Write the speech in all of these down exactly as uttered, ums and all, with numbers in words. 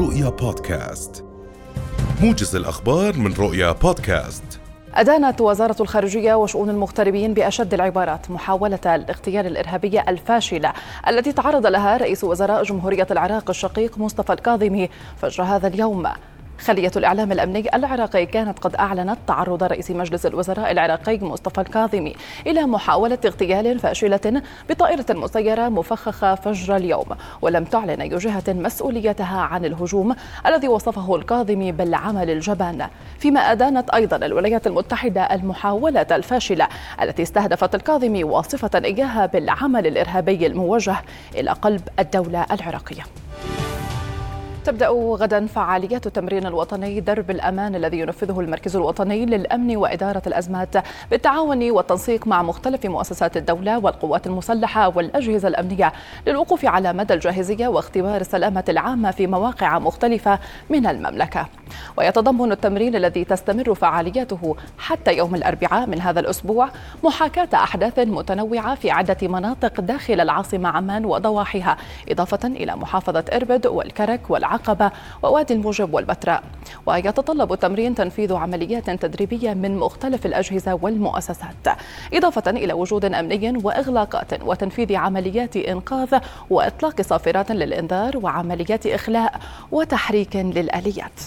رؤيا بودكاست، موجز الأخبار من رؤيا بودكاست. أدانت وزارة الخارجية وشؤون المغتربين بأشد العبارات محاولة الاغتيال الإرهابية الفاشلة التي تعرض لها رئيس وزراء جمهورية العراق الشقيق مصطفى الكاظمي فجر هذا اليوم. خلية الإعلام الأمني العراقي كانت قد أعلنت تعرض رئيس مجلس الوزراء العراقي مصطفى الكاظمي إلى محاولة اغتيال فاشلة بطائرة مسيرة مفخخة فجر اليوم، ولم تعلن أي جهة مسؤوليتها عن الهجوم الذي وصفه الكاظمي بالعمل الجبان، فيما أدانت أيضا الولايات المتحدة المحاولة الفاشلة التي استهدفت الكاظمي واصفة إياها بالعمل الإرهابي الموجه إلى قلب الدولة العراقية. تبدأ غدا فعاليات التمرين الوطني درب الأمان الذي ينفذه المركز الوطني للأمن وإدارة الأزمات بالتعاون والتنسيق مع مختلف مؤسسات الدولة والقوات المسلحة والأجهزة الأمنية للوقوف على مدى الجاهزية واختبار السلامة العامة في مواقع مختلفة من المملكة. ويتضمن التمرين الذي تستمر فعالياته حتى يوم الأربعاء من هذا الأسبوع محاكاة أحداث متنوعة في عدة مناطق داخل العاصمة عمان وضواحيها، إضافة إلى محافظة إربد والكرك والعقبة عقبة ووادي الموجب والبتراء. ويتطلب التمرين تنفيذ عمليات تدريبية من مختلف الأجهزة والمؤسسات، إضافة إلى وجود أمني وإغلاقات وتنفيذ عمليات إنقاذ وإطلاق صافرات للإنذار وعمليات إخلاء وتحريك للآليات.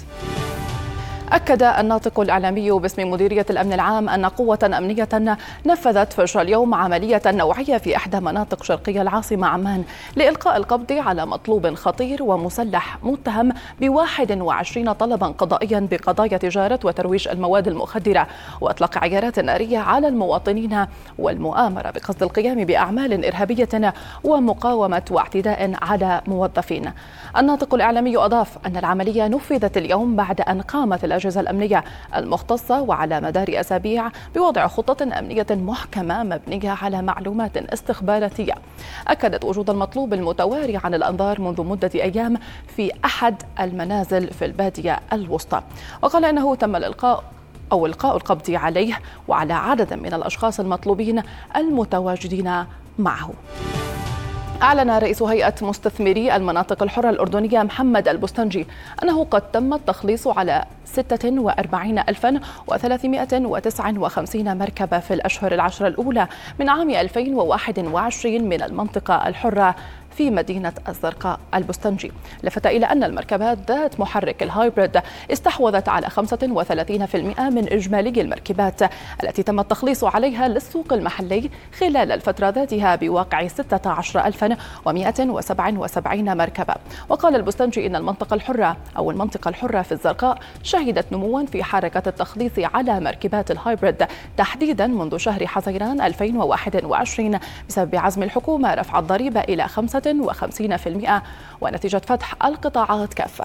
أكد الناطق الإعلامي باسم مديرية الأمن العام أن قوة أمنية نفذت فجر اليوم عملية نوعية في إحدى مناطق شرقي العاصمة عمان لإلقاء القبض على مطلوب خطير ومسلح متهم بواحد وعشرين طلبا قضائيا بقضايا تجارة وترويج المواد المخدرة وإطلاق عيارات نارية على المواطنين والمؤامرة بقصد القيام بأعمال إرهابية ومقاومة واعتداء على موظفين. الناطق الإعلامي أضاف أن العملية نفذت اليوم بعد أن قامت الأجهزة الأمنية المختصة وعلى مدار أسابيع بوضع خطة أمنية محكمة مبنية على معلومات استخباراتية أكدت وجود المطلوب المتواري عن الأنظار منذ مدة أيام في أحد المنازل في البادية الوسطى. وقال إنه تم الإلقاء أو إلقاء القبض عليه وعلى عدد من الأشخاص المطلوبين المتواجدين معه. أعلن رئيس هيئة مستثمري المناطق الحرة الأردنية محمد البستنجي أنه قد تم التخليص على ستة وأربعين ألفا وثلاثمائة وتسعة وخمسين مركبة في الأشهر العشر الأولى من عام ألفين وواحد وعشرين من المنطقة الحرة في مدينة الزرقاء. البستنجي لفت إلى أن المركبات ذات محرك الهايبريد استحوذت على خمسة وثلاثين بالمئة من إجمالي المركبات التي تم التخليص عليها للسوق المحلي خلال الفترة ذاتها بواقع ستة عشر ألفا ومائة وسبعة وسبعين مركبة. وقال البستنجي إن المنطقة الحرة أو المنطقة الحرة في الزرقاء شهدت نموا في حركة التخليص على مركبات الهايبريد تحديدا منذ شهر حزيران ألفين وواحد وعشرين بسبب عزم الحكومة رفع الضريبة إلى خمسة وخمسين بالمئة ونتيجة فتح القطاعات كافة.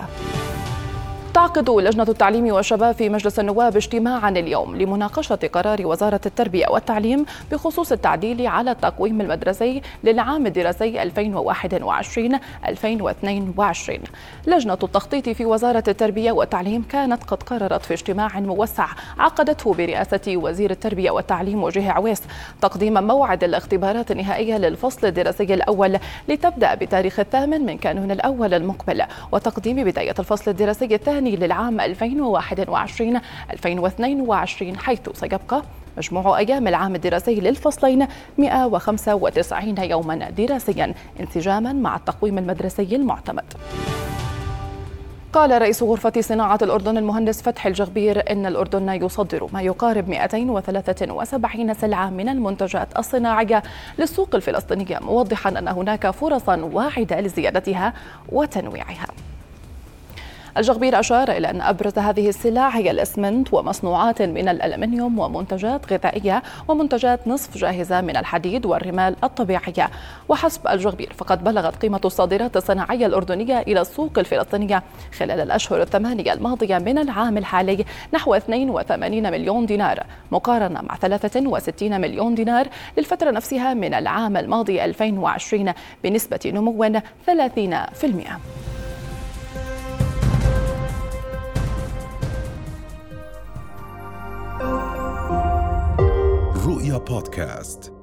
تعقد لجنة التعليم والشباب في مجلس النواب اجتماعا اليوم لمناقشة قرار وزارة التربية والتعليم بخصوص التعديل على التقويم المدرسي للعام الدراسي ألفين وواحد وعشرين ألفين واثنين وعشرين. لجنة التخطيط في وزارة التربية والتعليم كانت قد قررت في اجتماع موسع عقدته برئاسة وزير التربية والتعليم وجيه عويس تقديم موعد الاختبارات النهائية للفصل الدراسي الأول لتبدأ بتاريخ الثامن من كانون الأول المقبل، وتقديم بداية الفصل الدراسي الثاني للعام ألفين وواحد وعشرين ألفين واثنين وعشرين، حيث سيبقى مجموع أيام العام الدراسي للفصلين مئة وخمسة وتسعين يوما دراسيا انسجاما مع التقويم المدرسي المعتمد. قال رئيس غرفة صناعة الأردن المهندس فتحي الجغبير إن الأردن يصدر ما يقارب مئتين وثلاثة وسبعين سلعة من المنتجات الصناعية للسوق الفلسطينية، موضحا أن هناك فرصا واعدة لزيادتها وتنويعها. الجغبير أشار إلى أن أبرز هذه السلع هي الإسمنت ومصنوعات من الألمنيوم ومنتجات غذائية ومنتجات نصف جاهزة من الحديد والرمال الطبيعية. وحسب الجغبير فقد بلغت قيمة الصادرات الصناعية الأردنية إلى السوق الفلسطينية خلال الأشهر الثمانية الماضية من العام الحالي نحو اثنين وثمانين مليون دينار، مقارنة مع ثلاثة وستين مليون دينار للفترة نفسها من العام الماضي ألفين وعشرين بنسبة نمو ثلاثين بالمئة. رؤيا بودكاست.